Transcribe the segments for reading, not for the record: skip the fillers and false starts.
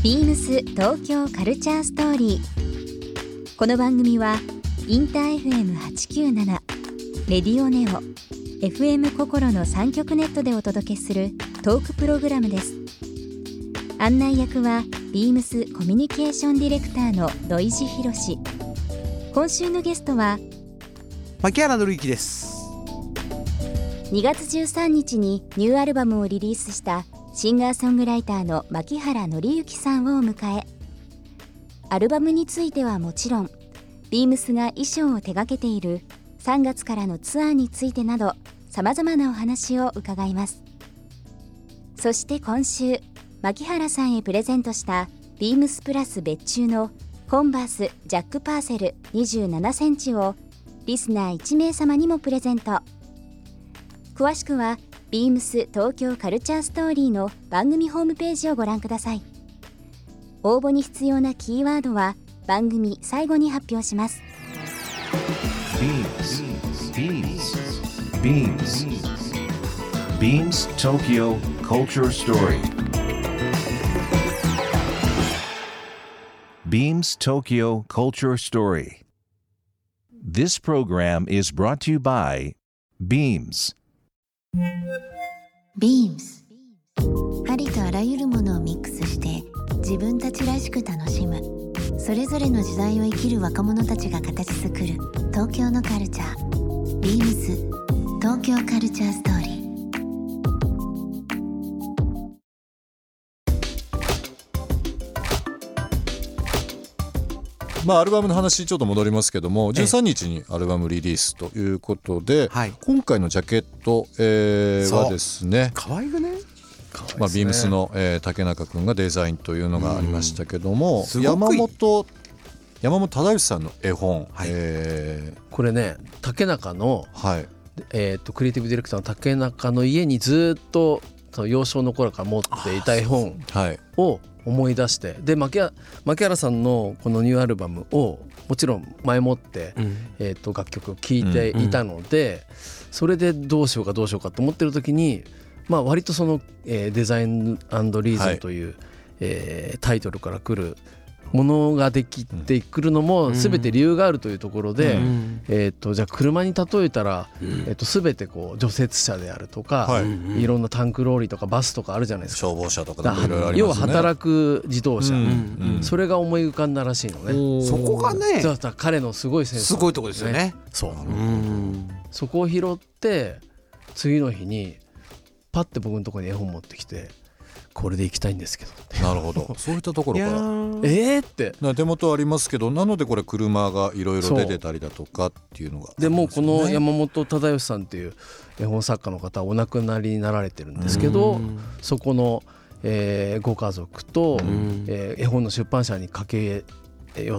ビームス東京カルチャーストーリー。この番組はインター FM897 レディオネオ FM 心の3極ネットでお届けするトークプログラムです。案内役はビームスコミュニケーションディレクターの土井博志。今週のゲストは牧原紀之です。 2月13日にニューアルバムをリリースしたシンガーソングライターの牧原紀之さんを迎え、アルバムについてはもちろん、ビームスが衣装を手掛けている3月からのツアーについてなど様々なお話を伺います。そして今週、牧原さんへプレゼントしたビームスプラス別注のコンバースジャックパーセル27センチをリスナー1名様にもプレゼント。詳しくはビームス東京カルチャーストーリーの番組ホームページをご覧ください。応募に必要なキーワードは番組最後に発表します。 Beams Tokyo Culture Story. Beams Tokyo Culture Story. This program is brought to you by Beams. ビームス、ありとあらゆるものをミックスして自分たちらしく楽しむ、それぞれの時代を生きる若者たちが形作る東京のカルチャー。ビームス東京カルチャーストーリー。 アルバムの話ちょっと戻りますけども、13日にアルバムリリースということで、今回のジャケット、はですね、 可愛くね、 ビームスの、竹中くんがデザインというのがありましたけども、山本忠義さんの絵本、 これね、竹中の、クリエイティブディレクターの竹中の家にずっと幼少の頃から持っていた絵本を思い出して、で牧原さんのこのニューアルバムをもちろん前もって、楽曲を聴いていたので、それでどうしようかと思ってる時に、割とその、デザイン&リーズンという、タイトルから来るものができてくるのも全て理由があるというところで、じゃあ車に例えたら、全てこう除雪車であるとか、いろんなタンクローリーとかバスとかあるじゃないですか。 消防車とかいろいろありますね。 要は働く自動車、それが思い浮かんだらしいのね。 そこがね、 彼のすごいセンス、 すごいとこですよね。 そこを拾って次の日にパッて僕のところに絵本持ってきて、これで行きたいんですけどって。 なるほど、そういったところからって手元ありますけど、なのでこれ車がいろいろ出てたりだとかっていうのが、 でもこの山本忠義さんっていう絵本作家の方はお亡くなりになられてるんですけど、そこの、ご家族と、絵本の出版社に駆け寄って、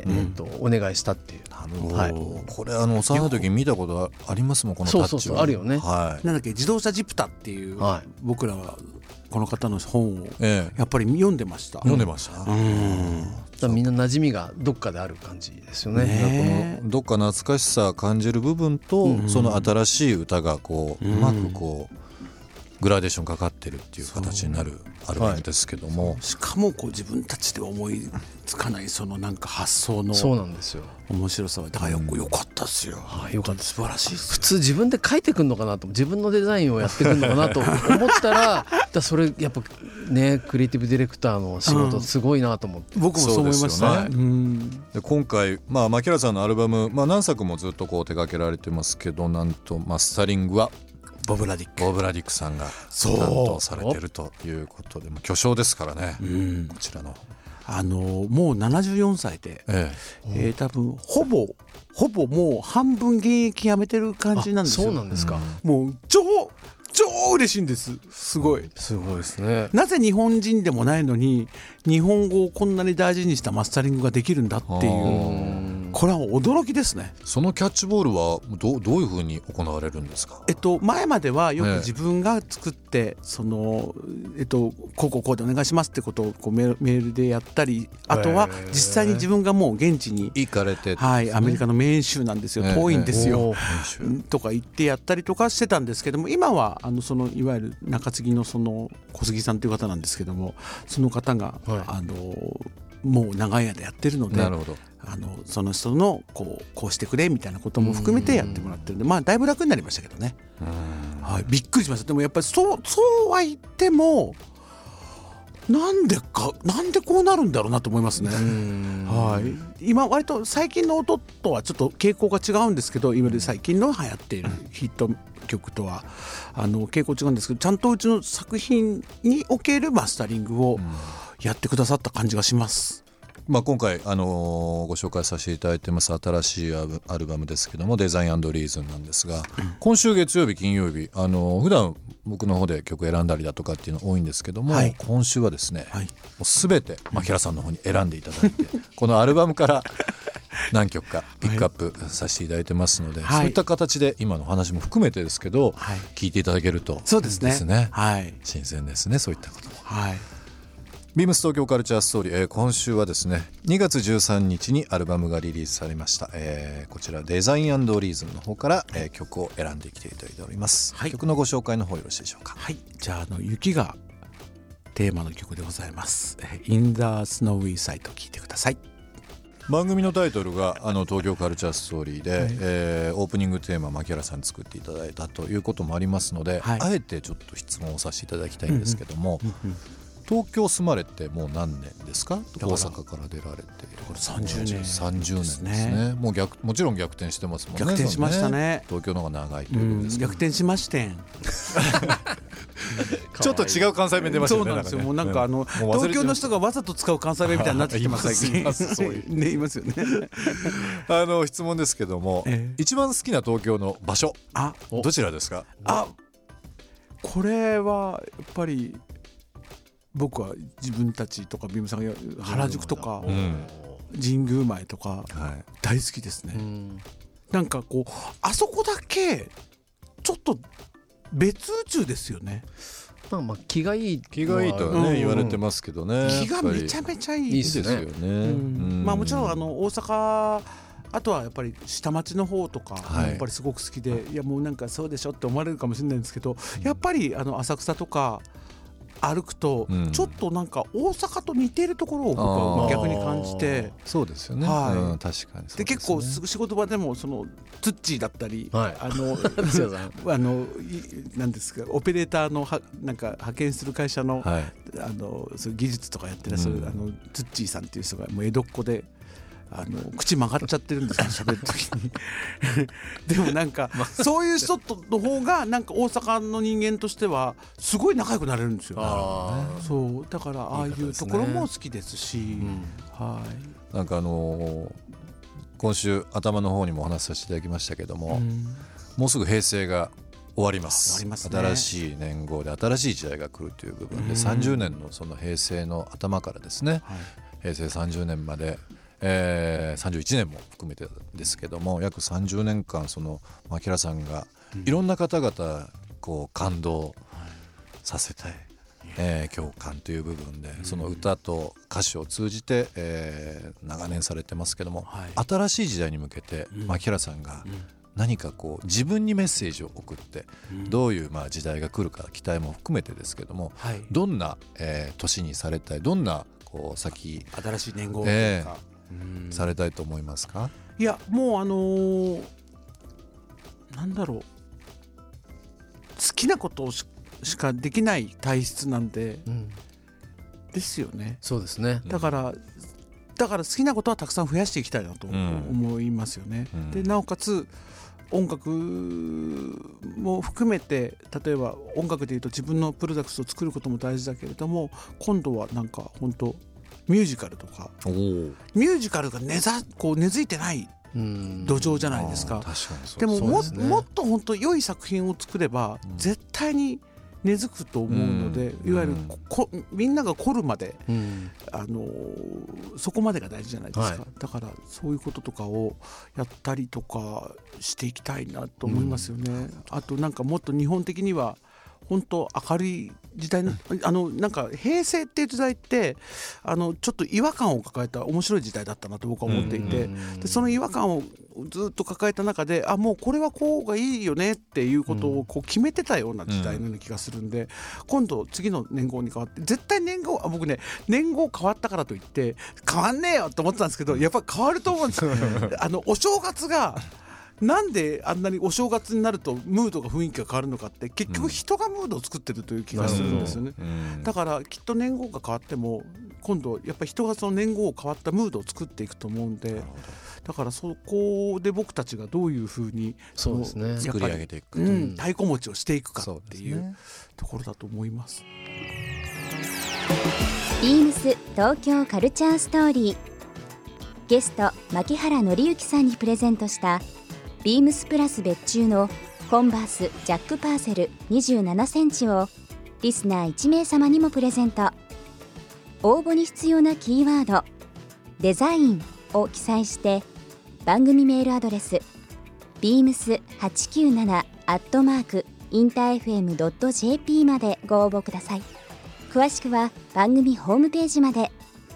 お願いしたっていう。 これ幼い時に見たことありますもん、このタッチは。 そうあるよね。 なんだっけ、自動車ジプタっていう、僕らはこの方の本をやっぱり読んでました。 みんな馴染みがどっかである感じですよね。 このどっか懐かしさ感じる部分と、その新しい歌がこう、うまくこうグラデーションかかってるっていう形になるアルバムですけども、 しかもこう自分たちで思いつかないそのなんか発想の面白さは、だからよかったですよ。 よかった、 素晴らしいです。 普通自分で書いてくんのかなと、自分のデザインをやってくんのかなと思ったらそれやっぱね、クリエイティブディレクターの仕事すごいなと思って、 僕もそう思いました。 で今回、牧原さんのアルバム、何作もずっとこう手掛けられてますけど、なんとマスタリングはボブ・ラディックさんが担当されてるということで、巨匠ですからね、こちらのもう74歳で、多分ほぼもう半分現役やめてる感じなんですよ。 そうなんですか。 もう超嬉しいんです。すごいですね。 なぜ日本人でもないのに日本語をこんなに大事にしたマスタリングができるんだっていう、 これは驚きですね。 そのキャッチボールはどういうふうに行われるんですか？ 前まではよく自分が作って、そのこうでお願いしますってことをこうメールでやったり、あとは実際に自分がもう現地に行かれて、 はい、アメリカのメーン州なんですよ、遠いんですよ、とか行ってやったりとかしてたんですけども、今はそのいわゆる中継ぎのその小杉さんという方なんですけども、その方が、もう長い間やってるので、 なるほど、 その人のこうしてくれみたいなことも含めてやってもらってるんで、まあだいぶ楽になりましたけどね。はい、びっくりしました。でもやっぱりそうは言ってもなんでこうなるんだろうなと思いますね。はい、今割と最近の音とはちょっと傾向が違うんですけど、いわゆる最近の流行っているヒット曲とは傾向違うんですけど、ちゃんとうちの作品におけるマスタリングをやってくださった感じがします。 まあ、今回、ご紹介させていただいてます新しいアルバムですけども、デザイン&リーズンなんですが、今週月曜日金曜日普段僕の方で曲選んだりだとかっていうの多いんですけども、はい、今週はですね、はい、もう全て牧原さんの方に選んでいただいてこのアルバムから何曲かピックアップさせていただいてますので、はい、そういった形で今の話も含めてですけど、はい、聞いていただけるとそうですね、はい、 新鮮ですね、そういったことも。 はい、 ビームス東京カルチャーストーリー、今週はですね2月13日にアルバムがリリースされました、こちらデザイン&リーズンの方から、曲を選んできていただいております、はい、曲のご紹介の方よろしいでしょうか。 はい、じゃあ雪がテーマの曲でございます。 In the Snowy Side 聴いてください。 番組のタイトルが東京カルチャーストーリーで、はい、オープニングテーマ牧原さんに作っていただいたということもありますので、はい、あえてちょっと質問をさせていただきたいんですけども、東京住まれてもう何年ですか？大阪から出られて 30年ですね。もちろん逆転してますもんね。 逆転しましたね。 東京の方が長いということです、 逆転しましてんちょっと違う関西弁出ましたよね。 そうなんですよ。もうなんか東京の人がわざと使う関西弁みたいになってきてます最近。そういうね、いますよね。 質問ですけども、一番好きな東京の場所どちらですか？ これはやっぱり僕は自分たちとかビームさんが原宿とか、神宮前とか大好きですね。なんかこうあそこだけちょっと別宇宙ですよね。 まあ気がいいとはね、言われてますけどね。 気がめちゃめちゃいいですよね。まあもちろん大阪、あとはやっぱり下町の方とかやっぱりすごく好きで、いやもうなんかそうでしょって思われるかもしれないんですけど、やっぱり浅草とか歩くとちょっとなんか大阪と似ているところを僕は逆に感じて。 そうですよね、 はい、 確かにそうですね。 で結構仕事場でもツッチーだったり、 はい、 なんですか、オペレーターのなんか派遣する会社の、はい、そういう技術とかやってらっしゃる、ツッチーさんっていう人がもう江戸っ子で口曲がっちゃってるんですよ喋る時にでもなんかそういう人の方がなんか大阪の人間としてはすごい仲良くなれるんですよ。そうだからああいうところも好きですし、はい、 なんか今週頭の方にもお話しさせていただきましたけども、もうすぐ平成が終わります。新しい年号で新しい時代が来るという部分で、30年のその平成の頭からですね、平成30年まで31年も含めてですけども、約30年間その牧原さんがいろんな方々こう感動させたい、共感という部分でその歌と歌詞を通じて、長年されてますけども、新しい時代に向けて牧原さんが何かこう自分にメッセージを送って、どういう時代が来るか期待も含めてですけども、どんな、年にされたい、どんなこう先新しい年号とかされたいと思いますか？ いやもうなんだろう、好きなことをしかできない体質なんで、ですよね。 そうですね。 だから好きなことはたくさん増やしていきたいなと思いますよね。でなおかつ音楽も含めて、例えば音楽でいうと自分のプロダクツを作ることも大事だけれども、今度はなんか本当ミュージカルとか、ミュージカルが根付いてない土壌じゃないですか。でももっと本当良い作品を作れば、絶対に根付くと思うので、いわゆるみんなが凝るまで、そこまでが大事じゃないですか、だからそういうこととかをやったりとかしていきたいなと思いますよね。あとなんかもっと日本的には本当明るい時代なんか平成っていう時代ってちょっと違和感を抱えた面白い時代だったなと僕は思っていて、でその違和感をずっと抱えた中でもうこれはこうがいいよねっていうことをこう決めてたような時代のような気がするんで、今度次の年号に変わって絶対僕ね年号変わったからといって変わんねえよと思ってたんですけど、やっぱり変わると思うんですよお正月がなんであんなにお正月になるとムードが雰囲気が変わるのかって結局人がムードを作ってるという気がするんですよね、だからきっと年号が変わっても今度やっぱり人がその年号を変わったムードを作っていくと思うんで、だからそこで僕たちがどういうふうにそうですね、 作り上げていく、 太鼓持ちをしていくかっていうところだと思います。 ビームス東京カルチャーストーリー、ゲスト牧原紀之さんにプレゼントしたビームスプラス別注のコンバースジャックパーセル27センチをリスナー1名様にもプレゼント。応募に必要なキーワードデザインを記載して番組メールアドレス beams897@interfm.jp までご応募ください。詳しくは番組ホームページまで。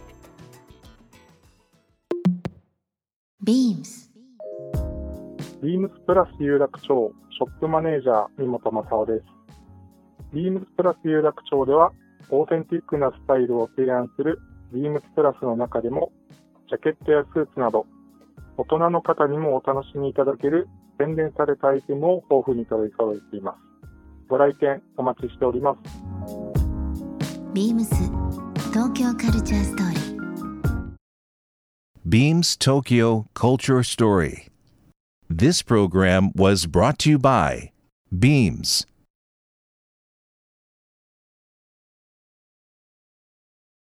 BEAMS ビームスプラス有楽町ショップマネージャー三本正夫です。ビームスプラス有楽町ではオーセンティックなスタイルを提案するビームスプラスの中でもジャケットやスーツなど大人の方にもお楽しみいただける洗練されたアイテムを豊富に取り揃えています。ご来店お待ちしております。 ビームス東京カルチャーストーリー Beams Tokyo Culture Story. This program was brought to you by Beams.